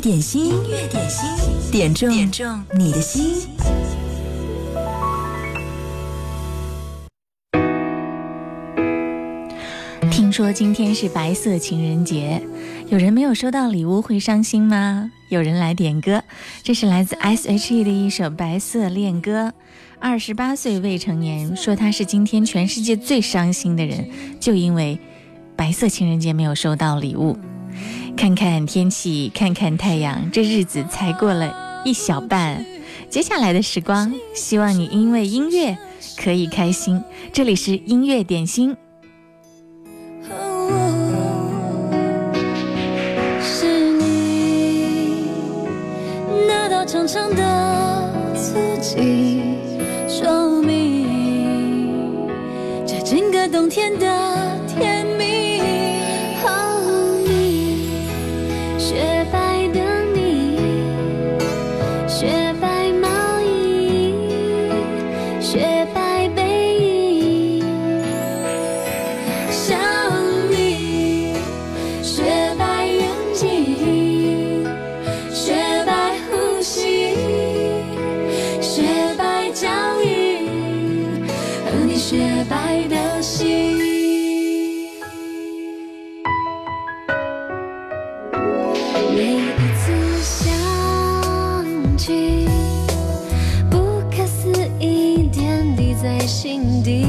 点心，点中你的心。 听说今天是白色情人节，有人没有收到礼物会伤心吗？有人来点歌，这是来自 S.H.E 的一首《白色恋歌》。28岁未成年，说他是今天全世界最伤心的人，就因为白色情人节没有收到礼物。看看天气，看看太阳，这日子才过了一小半。接下来的时光，希望你因为音乐可以开心。这里是音乐点心。 是你那道长长的足迹，说明这整个冬天的甜蜜。雪白的你，雪白毛衣，雪白背影，想你，雪白眼睛，雪白呼吸，雪白脚印，和你雪白的心。每一次想起，不可思议点滴在心底。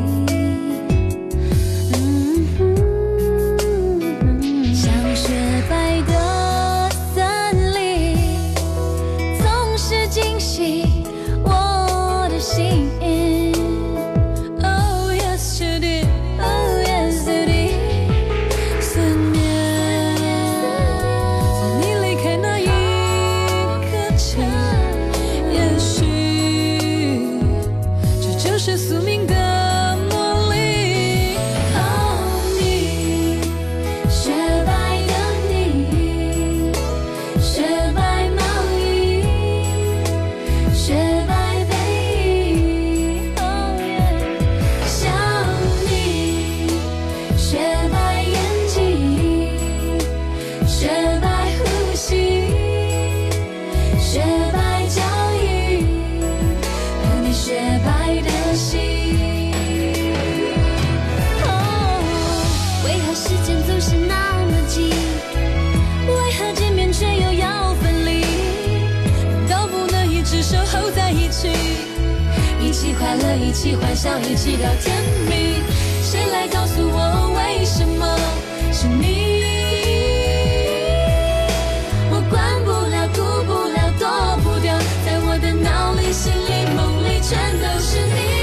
像雪白的森林，总是惊喜我的心。Oh yes you did, oh yes you did。思念在你离开那一刻起，也许这就是宿命的魔力。哦，你，雪白的你，雪白毛衣，雪白背影。哦耶，想你，雪白眼睛，雪白呼吸，雪白脚印，和你雪白的心。为何时间总是那么急？为何见面却又要分离？难道不能一直守候在一起？一起快乐，一起欢笑，一起到天明。谁来告诉我为什么是你？我管不了，顾不了，躲不掉，在我的脑里、心里、梦里，全都是你。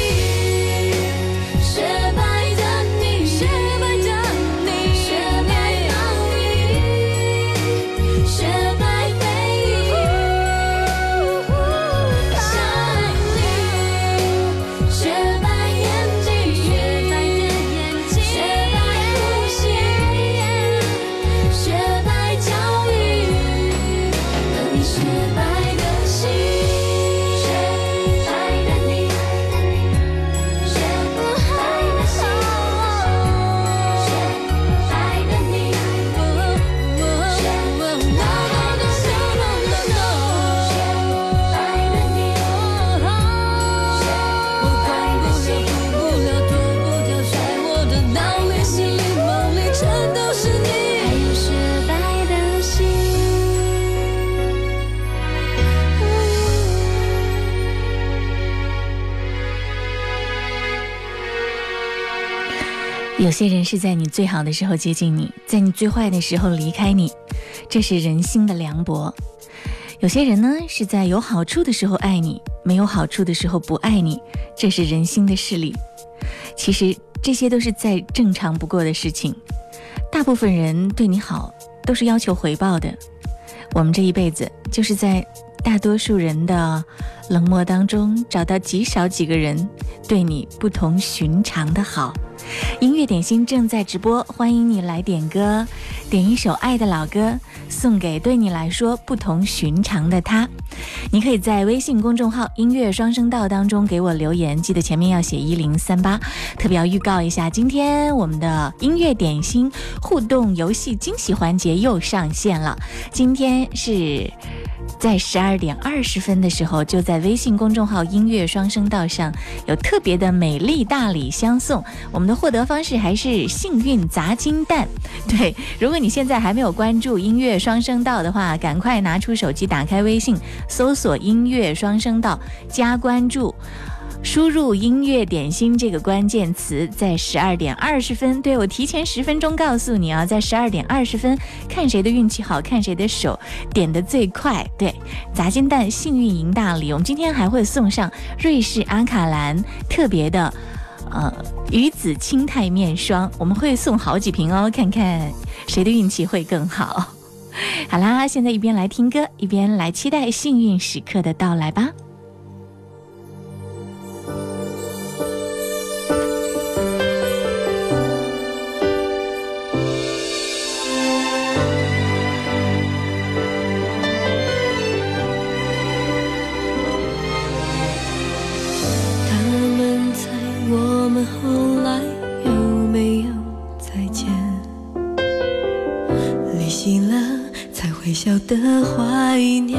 雪白的你，雪白的你，雪白毛衣，雪白背影，想你，雪白眼睛，雪白的眼睛，雪白呼吸，雪白脚印，和你雪白的心。雪白的你，雪白的心，雪白的你，雪白的你，我管不了，顾不了，躲不掉，在我的脑里、心里、梦里，全都是你。还有雪白的心。 有些人是在你最好的时候接近你，在你最坏的时候离开你，这是人心的凉薄。有些人呢，是在有好处的时候爱你，没有好处的时候不爱你，这是人心的势力。其实这些都是再正常不过的事情。大部分人对你好都是要求回报的，我们这一辈子就是在大多数人的冷漠当中找到极少几个人对你不同寻常的好。 音乐点心正在直播，欢迎你来点歌，点一首爱的老歌，送给对你来说不同寻常的他。你可以在微信公众号音乐双声道当中给我留言，记得前面要写1038。特别要预告一下，今天我们的音乐点心互动游戏惊喜环节又上线了。今天是在12点20分的时候，就在微信公众号音乐双声道上有特别的美丽大礼相送。我们的获得方式还是幸运砸金蛋。对，如果你现在还没有关注音乐双声道的话，赶快拿出手机，打开微信，搜索音乐双声道，加关注，输入音乐点心这个关键词，在12点20分，对，我提前10分钟告诉你啊，在12点20分，看谁的运气好，看谁的手点得最快。对，砸金蛋幸运赢大礼，我们今天还会送上瑞士阿卡兰特别的鱼子清泰面霜，我们会送好几瓶哦，看看谁的运气会更好。好啦，现在一边来听歌，一边来期待幸运时刻的到来吧。 我们后来有没有再见？离席了才会晓得怀念。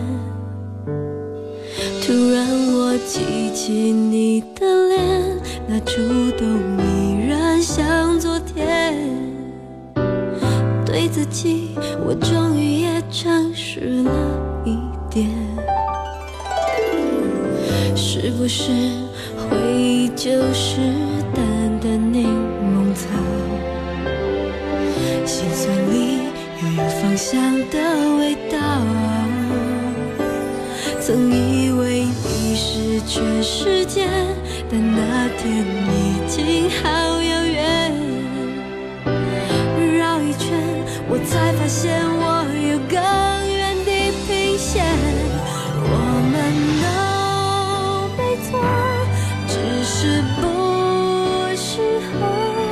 突然我记起你的脸，那触动依然像昨天。对自己我终于也诚实了一点。是不是回忆就是淡淡柠檬草，心碎里又有芳香的味道。曾以为你是全世界，但那天已经好遥远。绕一圈我才发现我有更远的平线。我们都没错，只是不适合。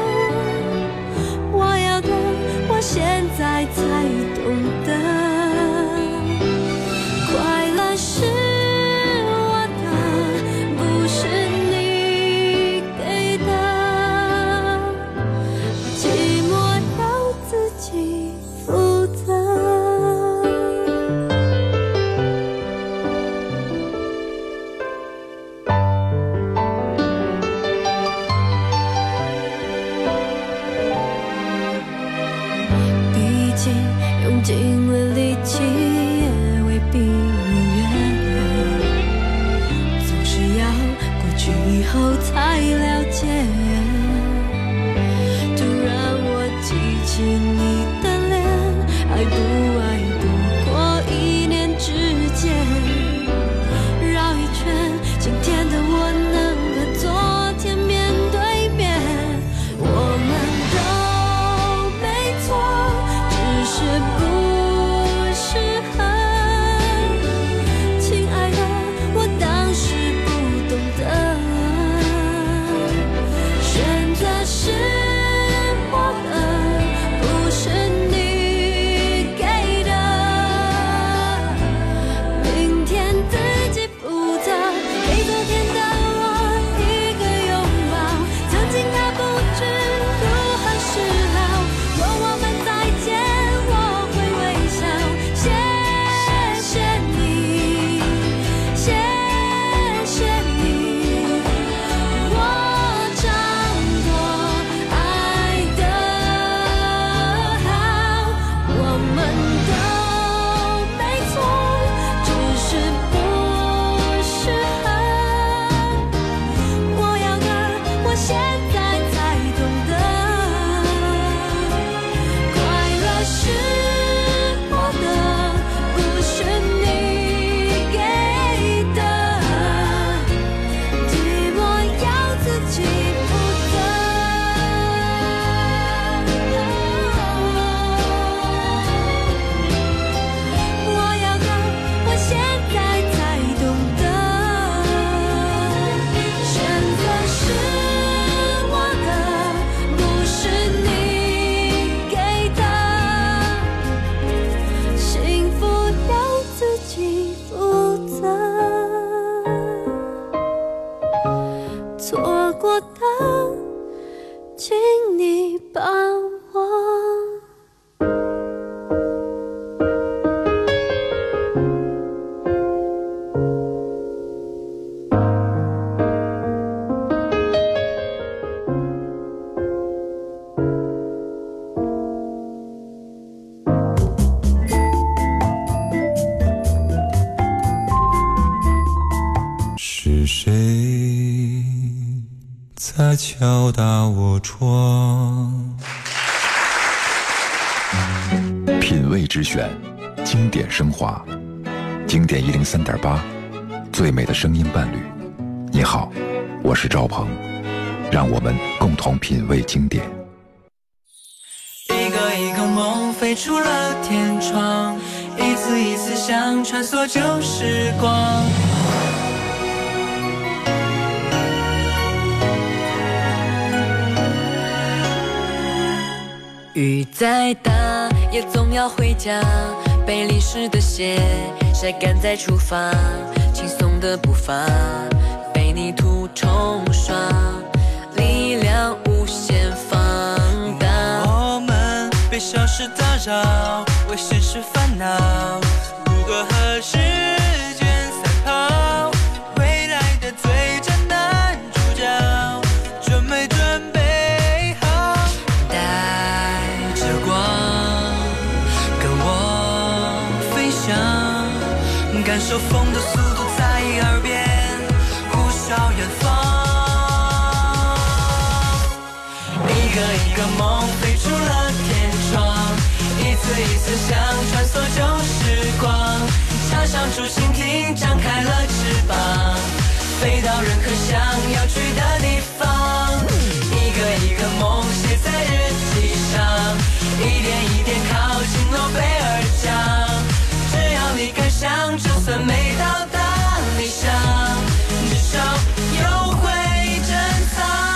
我要的我现在才懂得，快乐是我的，不是你给的，寂寞要自己负责。用尽了力气也未必如愿，总是要过去以后才了解。突然我记起你的脸，爱不爱不过一念之间。绕一圈，今天的我能和昨天面对面。我们都没错，只是不适合。亲爱的，我当时不懂得， 敲打我窗。 品味之选，经典升华，经典103.8，最美的声音伴侣。你好，我是赵鹏，让我们共同品味经典。 一个一个梦飞出了天窗，一次一次想穿梭旧时光。雨再大也总要回家，被淋湿的鞋晒干再出发，轻松的步伐被泥土冲刷，力量无限放大。我们被小事打扰，为现实烦恼，如何和时间赛跑？未来的最佳男主角，准没准备好？带着光跟我飞翔，感受风的速度在耳边呼啸远方。一个一个梦飞出了天窗，一次一次想穿梭旧时光，插上竹蜻蜓，张开了翅膀，飞到任何想要去的地方。一个一个梦写在日记上，一点一点靠近诺贝尔奖。只要你敢想，就算没到达理想，至少有会珍藏。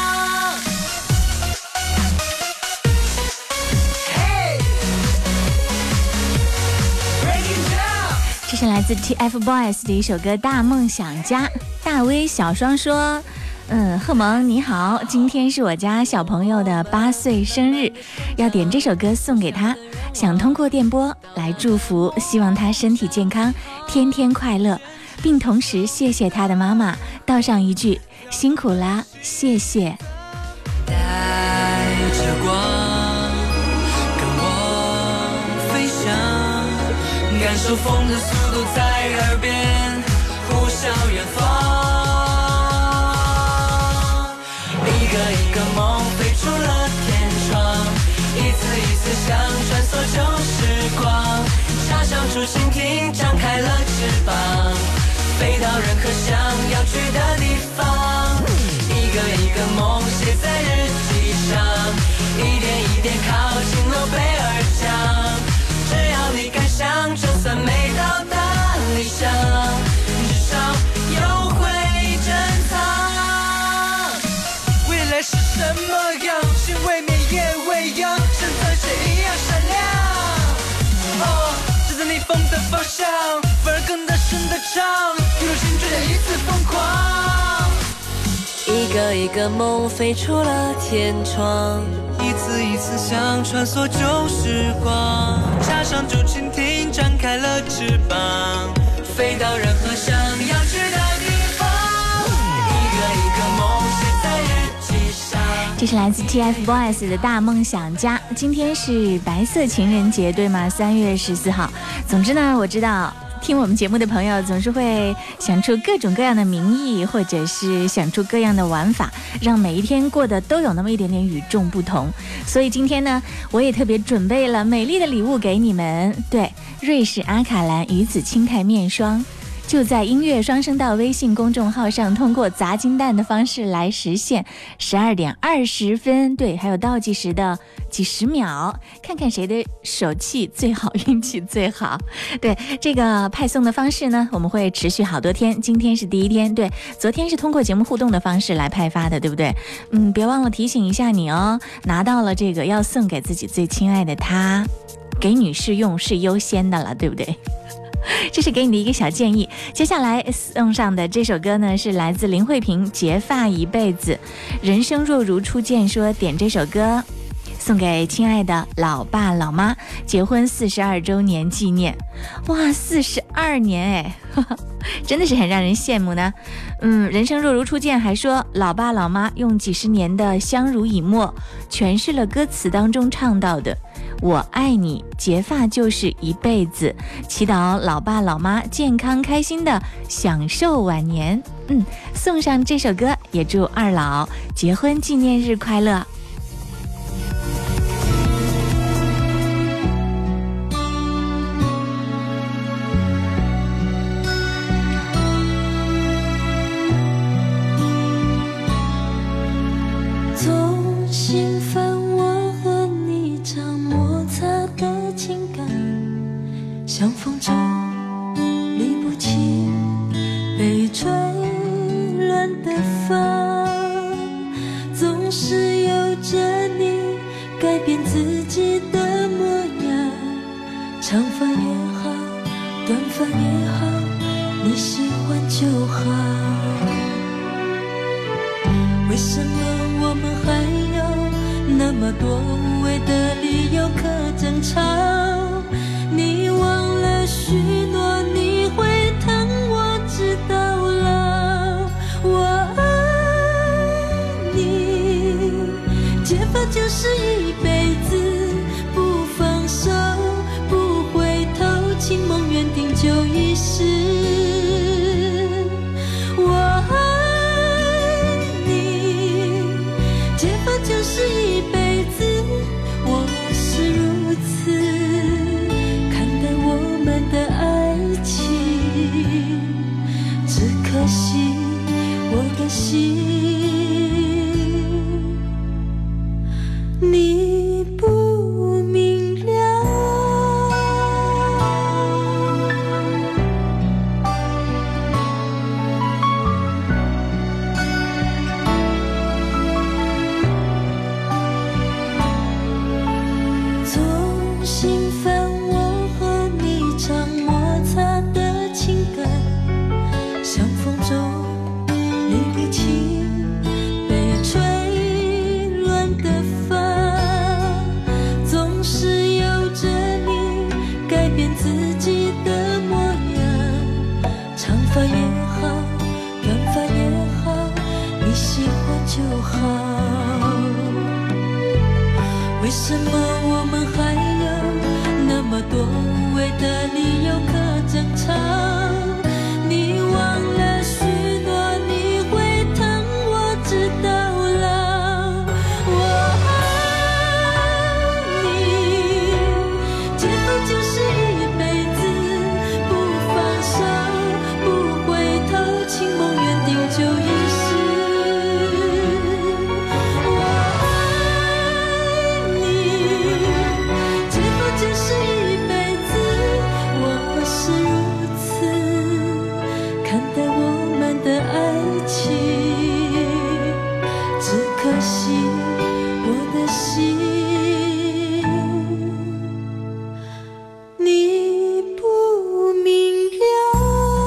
这是来自 TFBOYS 的一首歌《大梦想家》。大威小双说，贺萌你好，今天是我家小朋友的8岁生日，要点这首歌送给他，想通过电波来祝福，希望他身体健康，天天快乐，并同时谢谢他的妈妈，道上一句辛苦啦，谢谢。 带着光跟我飞翔，感受风的速度在耳边呼啸远方。一个一个梦飞出了天窗，一次一次想穿梭旧时光，插上竹蜻蜓，张开了翅膀，飞到任何想要去的地方。一个一个梦写在日记上，一点一点靠近诺贝尔奖。只要你敢想，就算没到达理想，至少有会珍藏。未来是什么样？是未免也未央，身侧谁一样闪亮？哦，指着逆风的方向，反而更大声的唱，一如心追的一次疯狂。一个一个梦飞出了天窗，一次一次想穿梭旧时光，插上竹蜻蜓，张开了翅膀，飞到任何想要去的地方。一个一个梦写在日记上。 这是来自 TFBOYS 的大梦想家。今天是白色情人节，对吗？3月14号。总之呢，我知道听我们节目的朋友总是会想出各种各样的名义，或者是想出各样的玩法，让每一天过得都有那么一点点与众不同。所以今天呢，我也特别准备了美丽的礼物给你们。对，瑞士阿卡兰鱼子清肽面霜，就在音乐双声道微信公众号上，通过砸金蛋的方式来实现。12点20分，对，还有倒计时的几十秒，看看谁的手气最好，运气最好。对，这个派送的方式呢，我们会持续好多天，今天是第1天。对，昨天是通过节目互动的方式来派发的，对不对？别忘了提醒一下你哦，拿到了这个要送给自己最亲爱的他，给女士用是优先的了，对不对？这是给你的一个小建议。接下来送上的这首歌呢，是来自林慧萍《结发一辈子》，人生若如初见说点这首歌送给亲爱的老爸老妈，结婚42周年纪念。哇，42年哎，真的是很让人羡慕呢。人生若如初见还说，老爸老妈用几十年的相濡以沫诠释了歌词当中唱到的我爱你，结发就是一辈子，祈祷老爸老妈健康开心的享受晚年。送上这首歌， 也祝二老结婚纪念日快乐。 从心烦，我和你常摩擦的情感，像风中理不清被吹乱的发，总是有着你改变自己的模样，长发也好，短发也好，你喜欢就好。为什么我们还有那么多无谓的理由可争吵？你忘了许诺你会疼，我知道了。我爱你，结发就是一辈子，不放手，不回头，情梦缘定就一世。我爱你，结发就是一辈子，我是如此看待我们的爱情，只可惜我的心你不明了。从心烦，我和你常摩擦的情感，像风中理不清被吹乱的发，总是有着你改变自己的模样，长发也好，短发也好，你喜欢就好。为什么我们还有那么多无谓的理由可争吵？你忘了许诺你会疼，我知道了。我爱你，结发就是一辈子，不放手，不回头，情梦缘定就一世。我爱你，结发就是一辈子，我是如此看待我们的爱情，只可惜我的心你不明了。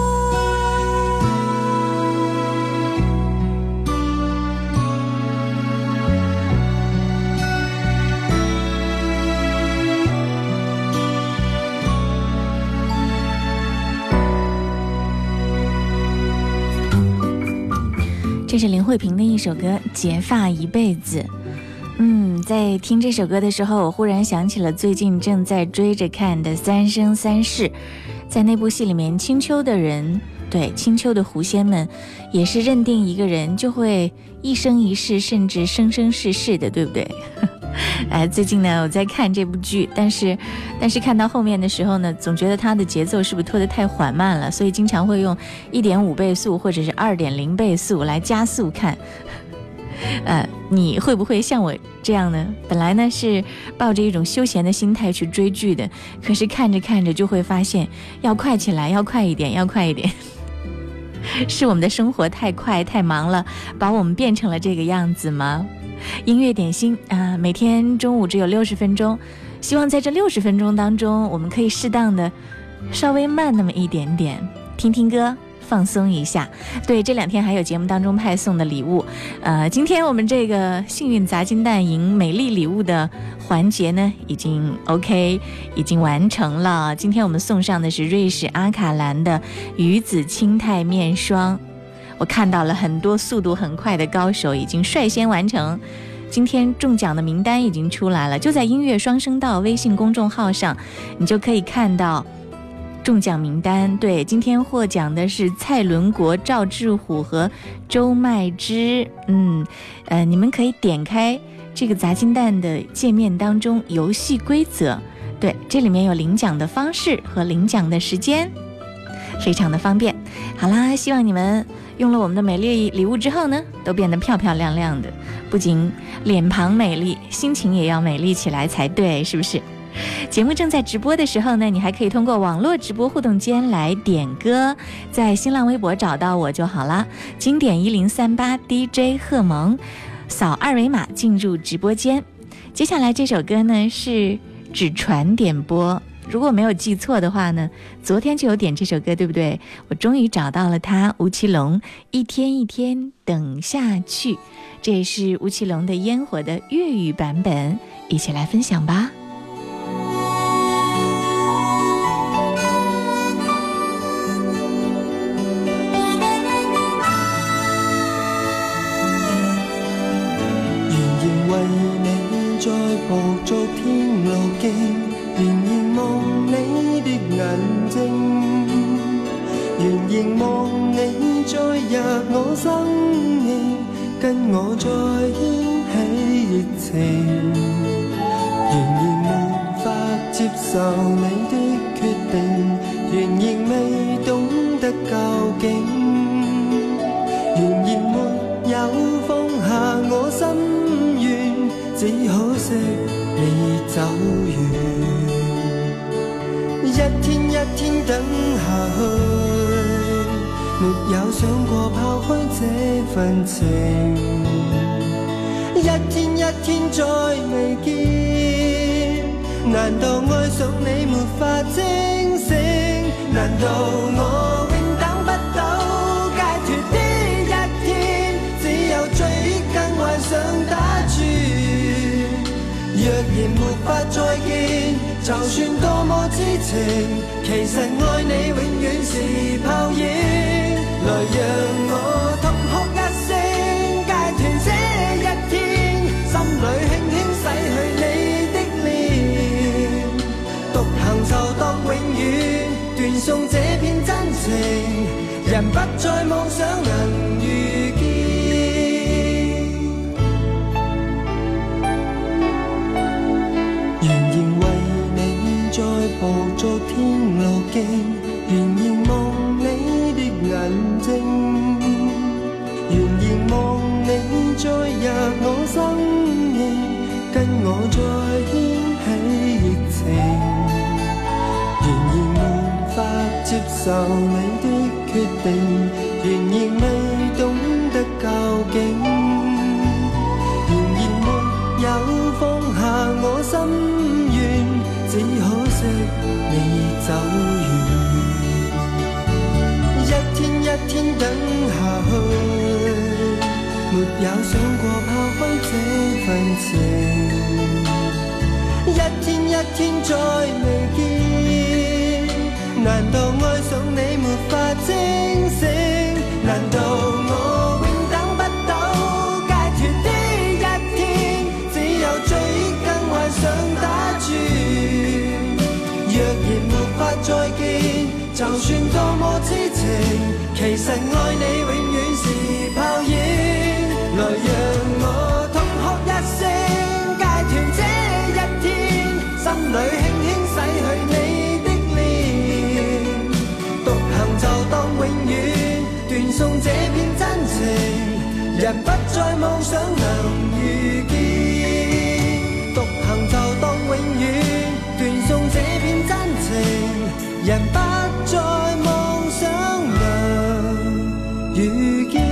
这是林慧萍的一首歌《结发一辈子》。在听这首歌的时候，我忽然想起了最近正在追着看的《三生三世》。在那部戏里面，青丘的人，对，青丘的狐仙们也是认定一个人就会一生一世，甚至生生世世的，对不对？最近呢我在看这部剧，但是看到后面的时候呢，总觉得它的节奏是不是拖得太缓慢了，所以经常会用 1.5 倍速或者是 2.0 倍速来加速看。你会不会像我这样呢？本来呢是抱着一种休闲的心态去追剧的，可是看着看着就会发现要快起来，要快一点，要快一点。是我们的生活太快太忙了，把我们变成了这个样子吗？音乐点心每天中午只有60分钟，希望在这60分钟当中，我们可以适当的稍微慢那么一点点，听听歌，放松一下。对，这2天还有节目当中派送的礼物，今天我们这个幸运砸金蛋赢美丽礼物的环节呢，已经 OK， 已经完成了。今天我们送上的是瑞士阿卡兰的鱼子清泰面霜。我看到了很多速度很快的高手已经率先完成。今天中奖的名单已经出来了，就在音乐双声道微信公众号上，你就可以看到中奖名单。对，今天获奖的是蔡伦国、赵志虎和周麦之。你们可以点开这个砸金蛋的界面当中游戏规则，对，这里面有领奖的方式和领奖的时间，非常的方便。好啦，希望你们用了我们的美丽礼物之后呢，都变得漂漂亮亮的，不仅脸庞美丽，心情也要美丽起来才对，是不是？节目正在直播的时候呢，你还可以通过网络直播互动间来点歌，在新浪微博找到我就好啦，经典1038 DJ 贺萌，扫二维码进入直播间。接下来这首歌呢是只传点播，如果没有记错的话呢，昨天就有点这首歌，对不对？我终于找到了它，吴奇隆一天一天等下去，这也是吴奇隆的烟火的粤语版本，一起来分享吧。 再捕捉天路徑，仍凝望你的眼睛，仍凝望你再入我生命，跟我再掀起熱情，仍然無法接受你的決定，仍然未懂得究竟，仍然沒有放下我心願，只可惜你走遠，一天一天等下去，沒有想過拋開這份情，一天一天再未見，難道愛上你沒法清醒？難道我永等不到解脫的一天，只有追憶跟幻想打轉？若然沒法再見，就算多麼知情，其實愛你永遠是泡影。來讓我痛哭一聲，戒斷這一天，心裏輕輕洗去你的臉，獨行就當永遠，斷送這片真情，人不再妄想能遇見。捕捉天路徑，仍凝望你的眼睛，仍凝望你再入我生命，跟我再掀起熱情，仍然無法接受你的決定，仍然未懂得究竟，仍然沒有放下我心願，只可惜你走遠，一天一天等下去，沒有想過拋開這份情，一天一天再未見，難道愛上你沒法清醒？難道我永等不到解脫的一天，只有追憶跟幻想打轉？若然沒法再見，就算多麼知情，其實愛你永遠是泡影。來讓我痛哭一聲，戒斷這一天，心裏輕輕洗去你的臉，獨行就當永遠，斷送這片真情，人不再妄想能遇見，獨行就當永遠，斷送這片真情，人不再妄想能遇見。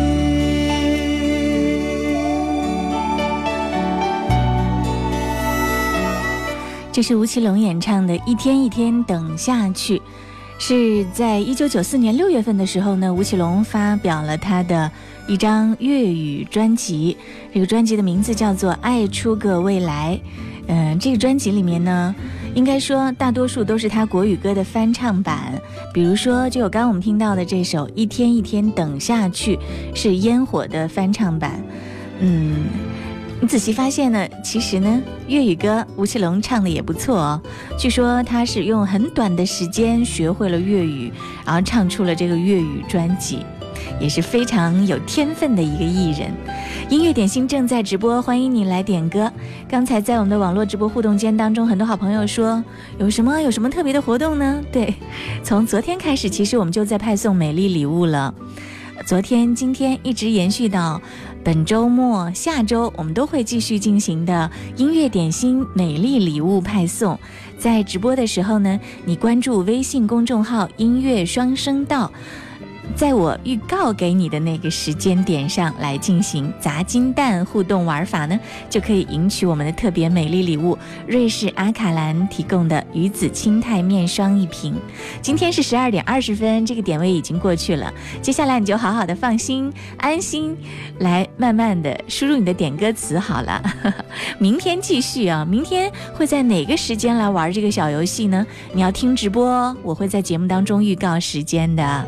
这是吴奇隆演唱的《一天一天等下去》，是在1994年6月份的时候呢，吴奇隆发表了他的一张粤语专辑，这个专辑的名字叫做《爱出个未来》。这个专辑里面呢，应该说大多数都是他国语歌的翻唱版，比如说就有刚刚我们听到的这首《一天一天等下去》是烟火的翻唱版。 你仔细发现呢，其实呢，粤语歌吴奇隆唱的也不错哦。据说他是用很短的时间学会了粤语，然后唱出了这个粤语专辑，也是非常有天分的一个艺人。音乐点心正在直播，欢迎你来点歌。刚才在我们的网络直播互动间当中，很多好朋友说有什么特别的活动呢？对，从昨天开始，其实我们就在派送美丽礼物了。昨天、今天一直延续到本周末，下周我们都会继续进行的音乐点心美丽礼物派送。在直播的时候呢，你关注微信公众号音乐双声道，在我预告给你的那个时间点上来进行砸金蛋互动玩法呢，就可以赢取我们的特别美丽礼物——瑞士阿卡兰提供的鱼子青肽面霜1瓶。今天是12点20分，这个点位已经过去了，接下来你就好好的放心安心来慢慢的输入你的点歌词好了。明天继续啊，明天会在哪个时间来玩这个小游戏呢？你要听直播哦，我会在节目当中预告时间的。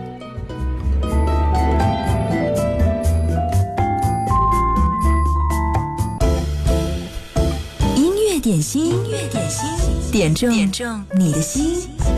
点心，点中你的心。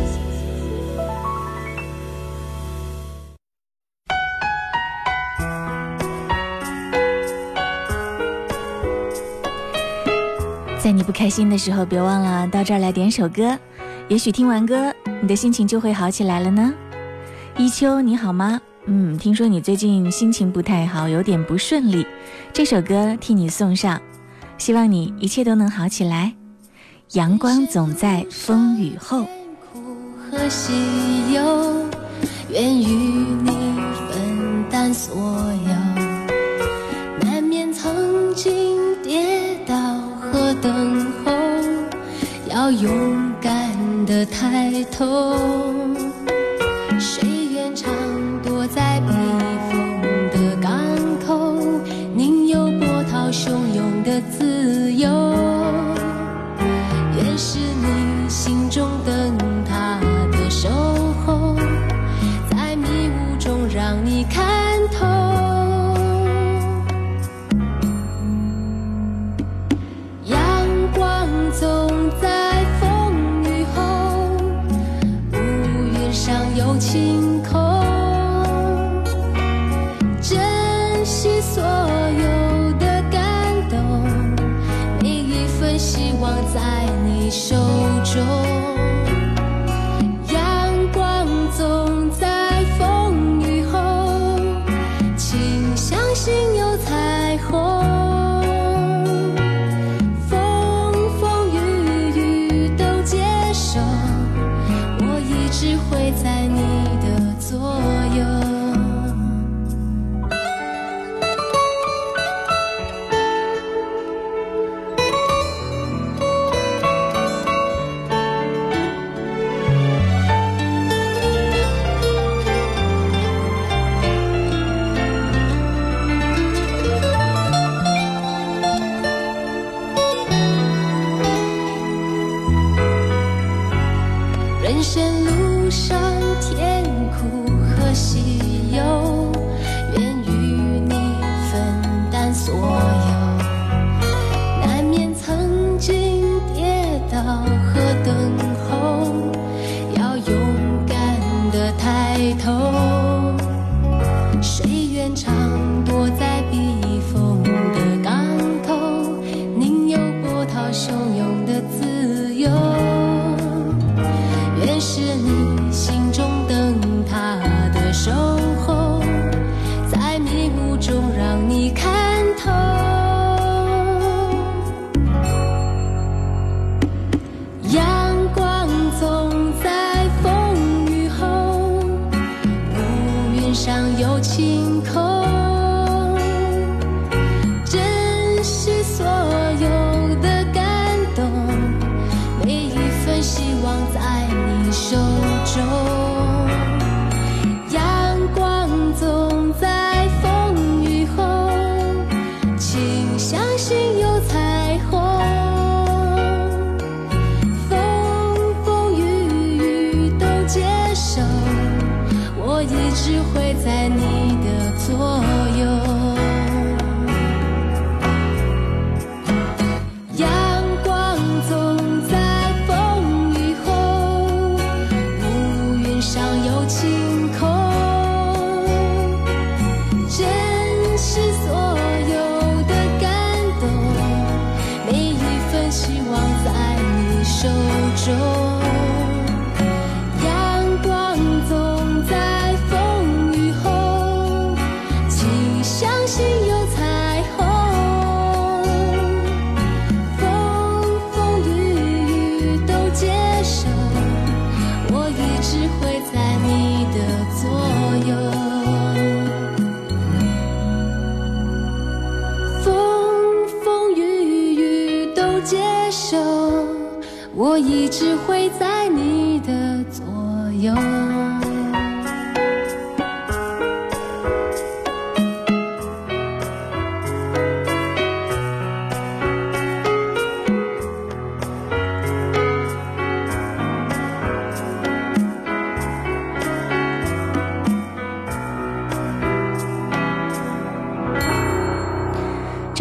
在你不开心的时候，别忘了到这儿来点首歌，也许听完歌，你的心情就会好起来了呢。一秋，你好吗？听说你最近心情不太好，有点不顺利，这首歌替你送上。希望你一切都能好起来。阳光总在风雨后。 苦和喜忧，愿与你分担所有。难免曾经跌倒和等候，要勇敢地抬头。谁愿常躲在避风的港口，宁有波涛汹涌的自由。愿是你心中灯塔的守候，在迷雾中让你看透。阳光总在风雨后，乌云上有晴空。珍惜所有的感动，每一份希望在你手中。阳光总在风雨后，请相信有彩虹。风风雨雨都接受，我一直会在你的左右。人生路上甜苦和喜忧，愿与你分担所有。难免曾经跌倒和等候，要勇敢地抬头。谁愿常躲在避风的港口，宁有波涛汹涌的自由。愿是你心中灯塔的守候，在迷雾中让你看透。阳光总在风雨后，乌云上有晴空。珍惜所有的感动，每一份希望在你手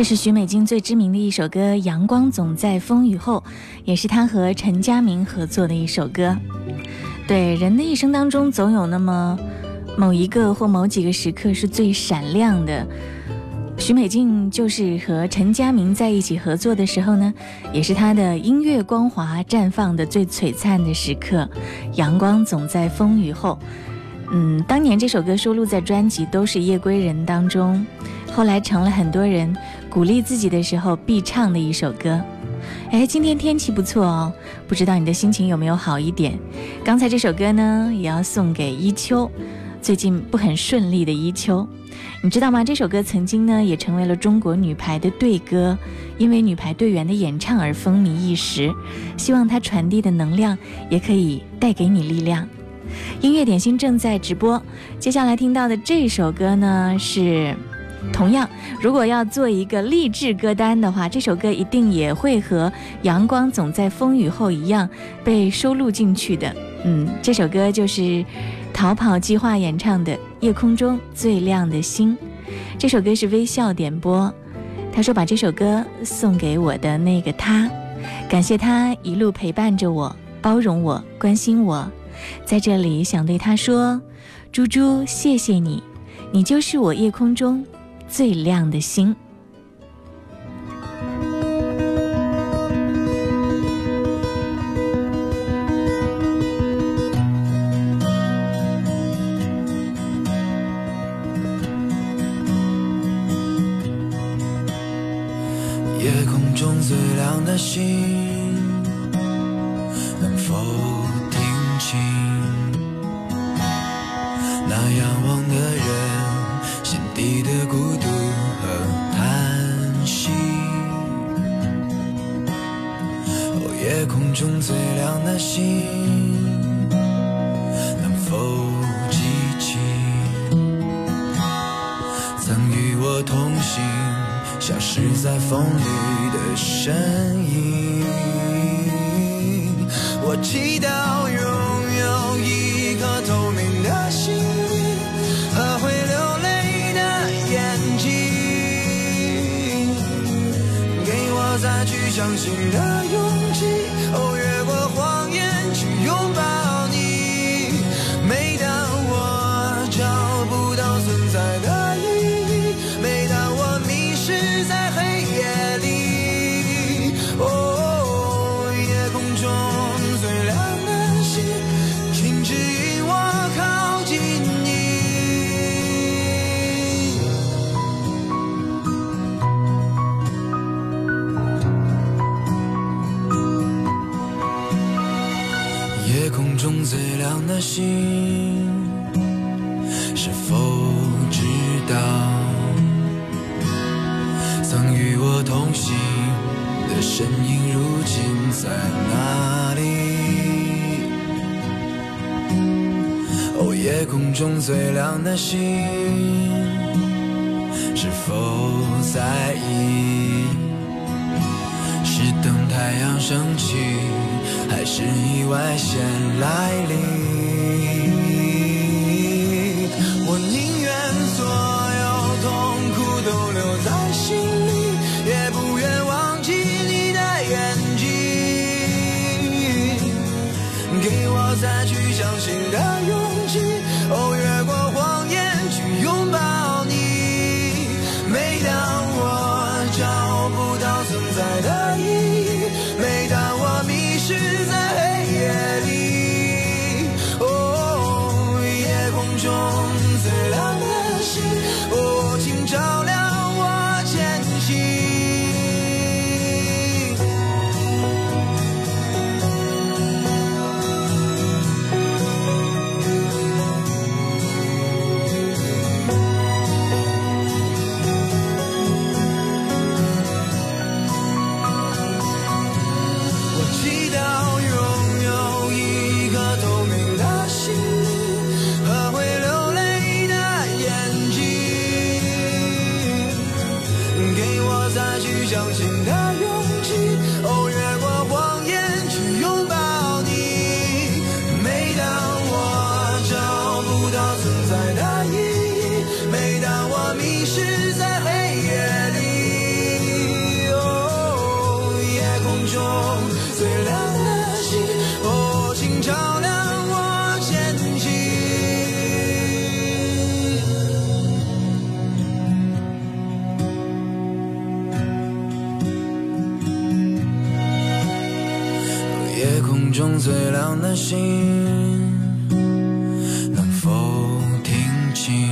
这是许美静最知名的一首歌《阳光总在风雨后》，也是她和陈佳明合作的一首歌。对，人的一生当中总有那么某一个或某几个时刻是最闪亮的。许美静就是和陈佳明在一起合作的时候呢，也是她的音乐光华绽放的最璀璨的时刻。阳光总在风雨后，当年这首歌收录在专辑《都是夜归人》当中，后来成了很多人鼓励自己的时候必唱的一首歌。今天天气不错哦，不知道你的心情有没有好一点？刚才这首歌呢，也要送给一秋，最近不很顺利的一秋。你知道吗？这首歌曾经呢也成为了中国女排的队歌，因为女排队员的演唱而风靡一时。希望它传递的能量也可以带给你力量。音乐点心正在直播，接下来听到的这首歌呢是同样，如果要做一个励志歌单的话，这首歌一定也会和《阳光总在风雨后》一样被收录进去的。这首歌就是逃跑计划演唱的《夜空中最亮的星》。这首歌是微笑点播，他说把这首歌送给我的那个他，感谢他一路陪伴着我，包容我，关心我。在这里想对他说，猪猪，谢谢你，你就是我夜空中最亮的星。 夜空中最亮的星，能否听清那仰望的人心底的孤独和叹息？夜空中最亮的星，能否记起曾与我同行消失在风里的身影？我祈祷拥有一颗透明的心灵和会流泪的眼睛，给我再去相信的勇气，越过谎言去拥抱你。每当我找不到存在的意义，每当我迷失在黑夜里，夜空中最亮的星，请指引我靠近你。夜空中最亮的星，是否知道曾与我同行的身影如今在哪里？夜空中最亮的星，是否在意？是等太阳升起，还是意外先来临？我宁愿所有痛苦都留在心里，也不愿忘记你的眼睛，给我再去相信的勇气，越过谎言去拥抱你。每当我找不到存在的意义，每当我迷失在黑夜里，夜空中最亮的星，请照亮我前行。 最亮的星，能否听清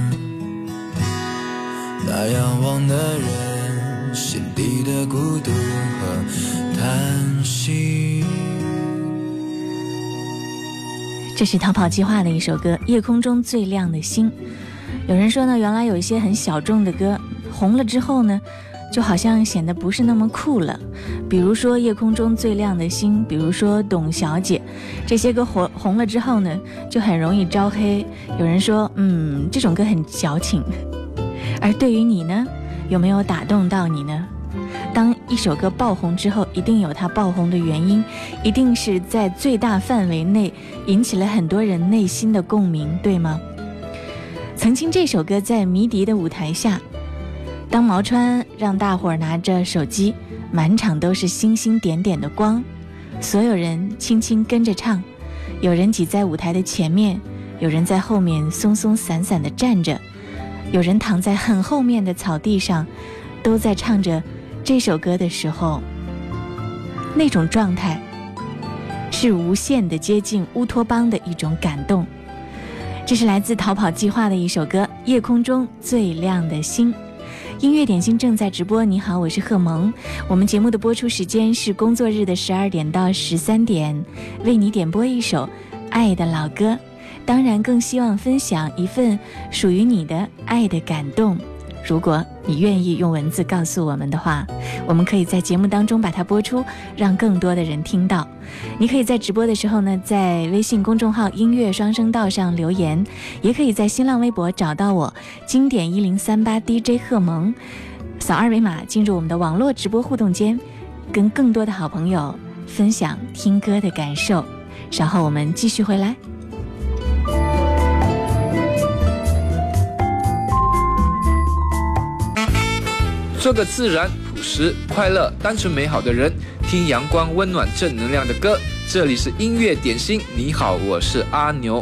那仰望的人心底的孤独和叹息。 这是逃跑计划的一首歌《夜空中最亮的星》。有人说呢，原来有一些很小众的歌红了之后呢，就好像显得不是那么酷了，比如说《夜空中最亮的星》，比如说《董小姐》，这些歌红了之后呢，就很容易招黑。有人说这种歌很矫情。而对于你呢，有没有打动到你呢？当一首歌爆红之后，一定有它爆红的原因，一定是在最大范围内引起了很多人内心的共鸣，对吗？曾经这首歌在迷笛的舞台下，当毛川让大伙儿拿着手机，满场都是星星点点的光，所有人轻轻跟着唱，有人挤在舞台的前面，有人在后面松松散散地站着，有人躺在很后面的草地上，都在唱着这首歌的时候，那种状态是无限的接近乌托邦的一种感动。这是来自逃跑计划的一首歌《夜空中最亮的星》。音乐点心正在直播，你好，我是贺萌。我们节目的播出时间是工作日的12点到13点，为你点播一首爱的老歌，当然更希望分享一份属于你的爱的感动。如果你愿意用文字告诉我们的话，我们可以在节目当中把它播出，让更多的人听到。你可以在直播的时候呢，在微信公众号音乐双声道上留言，也可以在新浪微博找到我经典1038 DJ 贺萌，扫二维码进入我们的网络直播互动间，跟更多的好朋友分享听歌的感受。稍后我们继续回来。 做个自然、朴实、快乐、单纯美好的人，听阳光、温暖、正能量的歌。这里是音乐点心，你好，我是阿牛。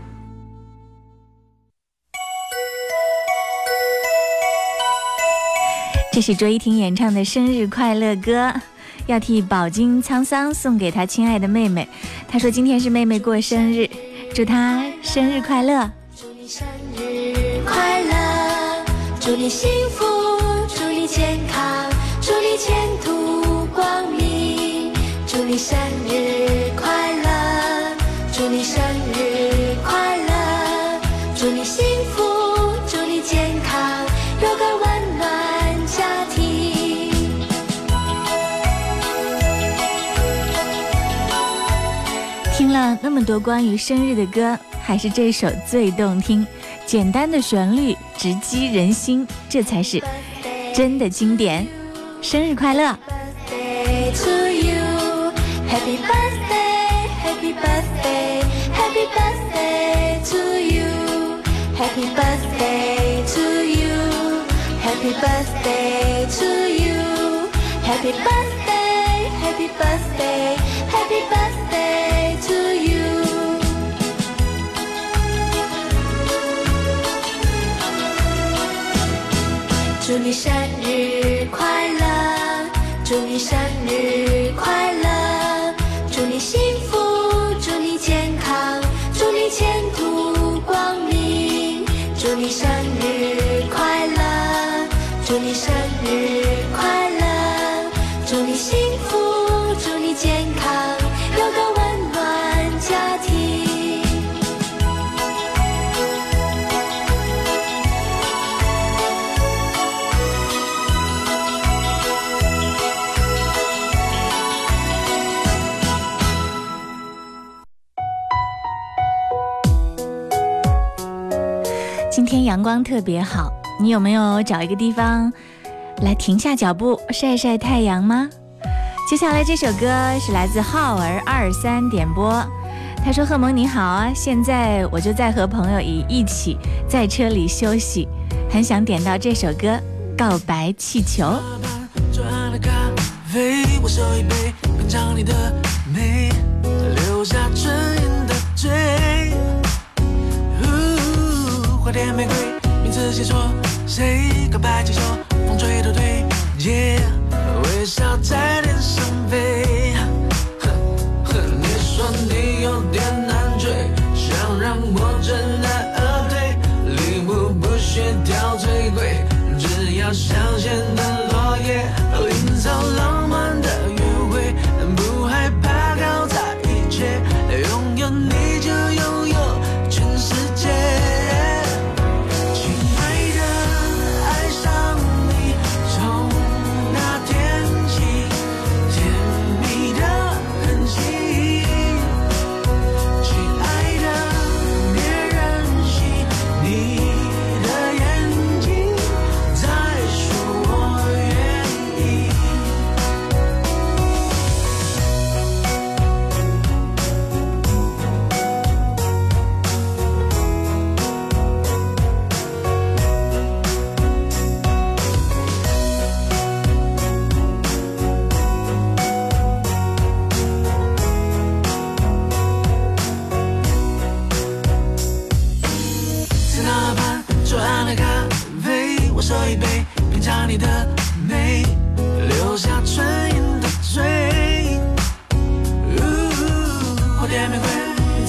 这是卓依婷演唱的生日快乐歌，要替饱经沧桑送给她亲爱的妹妹。她说今天是妹妹过生日，祝她生日快乐。 祝你生日快乐，祝你幸福，祝你健康，祝你前途光明，祝你生日快乐，祝你生日快乐，祝你幸福，祝你健康，有个温暖家庭。 听了那么多关于生日的歌，还是这首最动听，简单的旋律直击人心，这才是真的经典。生日快乐 Birthday to you, happy birthday, happy birthday, happy birthday to you, happy birthday to you, happy birthday to you, happy birthday, happy birthday, happy birthday to you。祝你生日快乐，祝你生日快乐，祝你幸福，祝你健康，祝你前途光明，祝你生日快乐，祝你生日快乐，祝你幸福，祝你健康，有个温暖家庭。 今天阳光特别好，你有没有找一个地方来停下脚步晒晒太阳吗？接下来这首歌是来自浩儿23点播，他说贺萌你好啊，现在我就在和朋友一起在车里休息，很想点到这首歌《告白气球》。 转了咖啡，我手一杯，品尝你的美，留下唇印的嘴。花店玫瑰，名字写错，谁告白气球，风吹都对，微笑在脸上飞。你说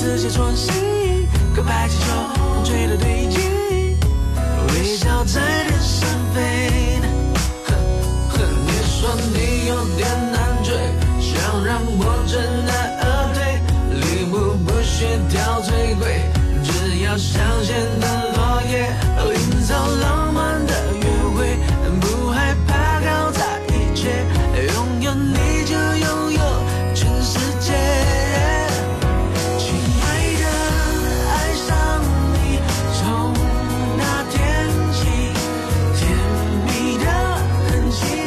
字写错心意，告白气球风吹得对劲，微笑在人生飞。你说你有点难追，想让我知难而退，礼物不需挑最贵，只要香榭的落叶，营造浪漫的约会，不害怕搞砸一切，拥有你就拥有全世界。亲爱的，爱上你，从那天起，甜蜜的痕迹。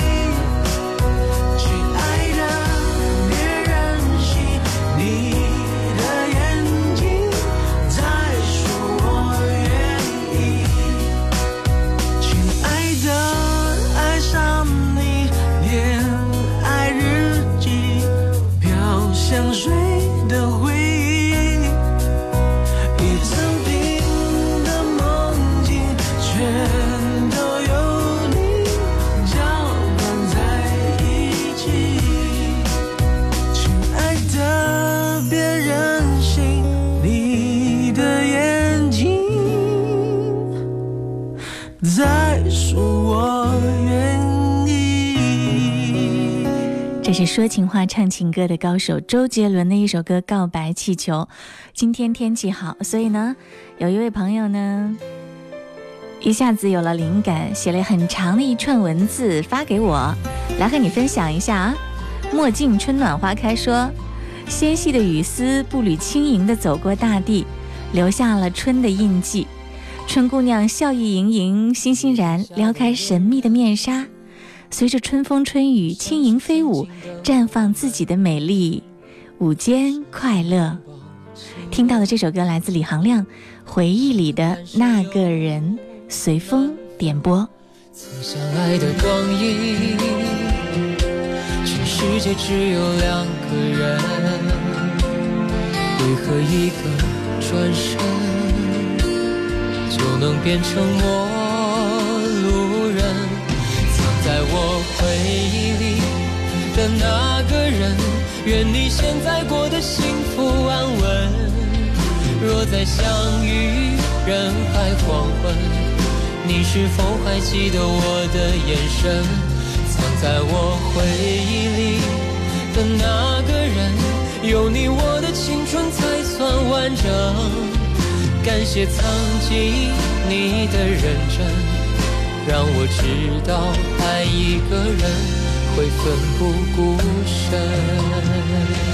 亲爱的，别任性，你的眼睛在说我愿意。亲爱的，爱上你，恋爱日记，飘香水的回忆，一整瓶的梦境，全都有你搅拌在一起。亲爱的，别任性，你的眼睛在说我愿意。 这是说情话唱情歌的高手周杰伦的一首歌《告白气球》。今天天气好，所以呢，有一位朋友呢，一下子有了灵感，写了很长的一串文字发给我，来和你分享一下啊。墨镜春暖花开说，纤细的雨丝步履轻盈地走过大地，留下了春的印记。春姑娘笑意盈盈，欣欣然撩开神秘的面纱，随着春风春雨轻盈飞舞，绽放自己的美丽，午间快乐。听到的这首歌来自李行亮《回忆里的那个人》，随风点播。 曾相爱的光阴，全世界只有两个人，为何一个转身就能变成陌路人？藏在我回忆里的那个人，愿你现在过得幸福安稳。若再相遇人海黄昏，你是否还记得我的眼神？藏在我回忆里的那个人，有你我的青春才算完整。感谢曾经你的认真，让我知道爱一个人会奋不顾身。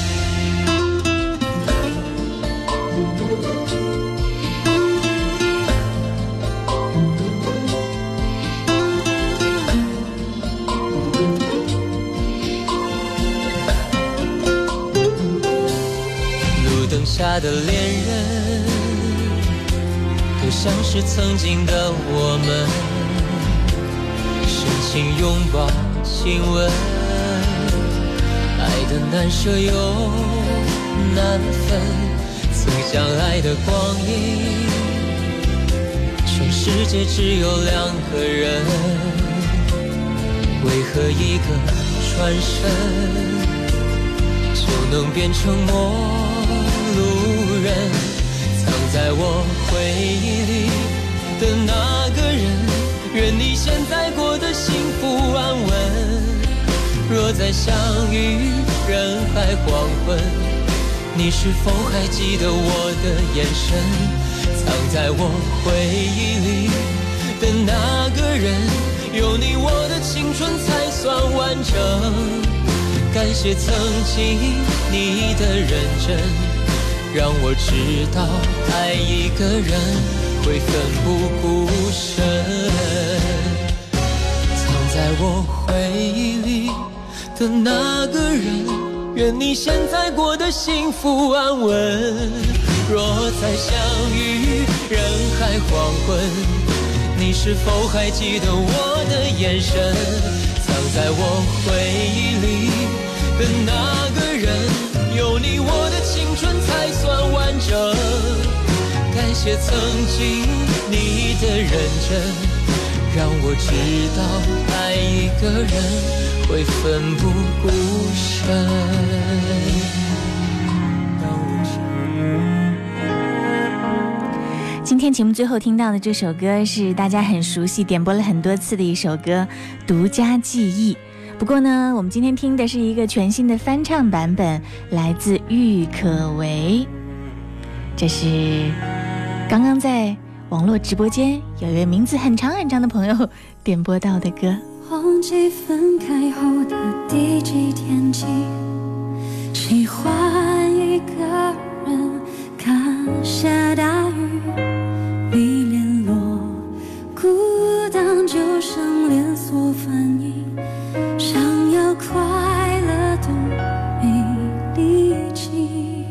路灯下的恋人，都像是曾经的我们，深情拥抱亲吻，爱的难舍又难分。曾相爱的光阴，全世界只有两个人，为何一个转身就能变成陌路人？藏在我回忆里的那个人，愿你现在过得幸福安稳。若再相遇人海黄昏，你是否还记得我的眼神？藏在我回忆里的那个人，有你我的青春才算完整。感谢曾经你的认真，让我知道爱一个人会奋不顾身。藏在我回忆里的那个人，愿你现在过得幸福安稳。若再相遇人海黄昏，你是否还记得我的眼神？藏在我回忆里的那个人，有你我的青春才算完整。感谢曾经你的认真，让我知道爱一个人会奋不顾身。让我知今天节目最后听到的这首歌是大家很熟悉点播了很多次的一首歌《独家记忆》，不过呢我们今天听的是一个全新的翻唱版本，来自郁可唯。这是刚刚在网络直播间有一位名字很长很长的朋友点播到的歌。 忘记分开后的第几天起，喜欢一个人看下大雨，没联络，孤单就像连锁反应，想要快乐都没力气，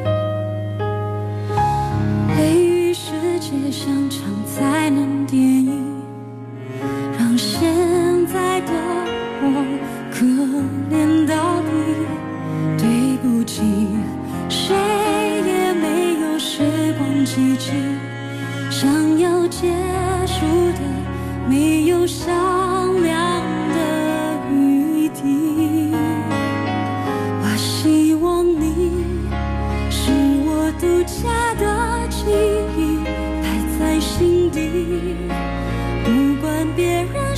雷雨世界像场才能电影，让现在的我可怜到底，对不起，谁也没有时光机器，想要结束的没有商量的余地。我希望你是我独家的记忆，摆在心底，不管别人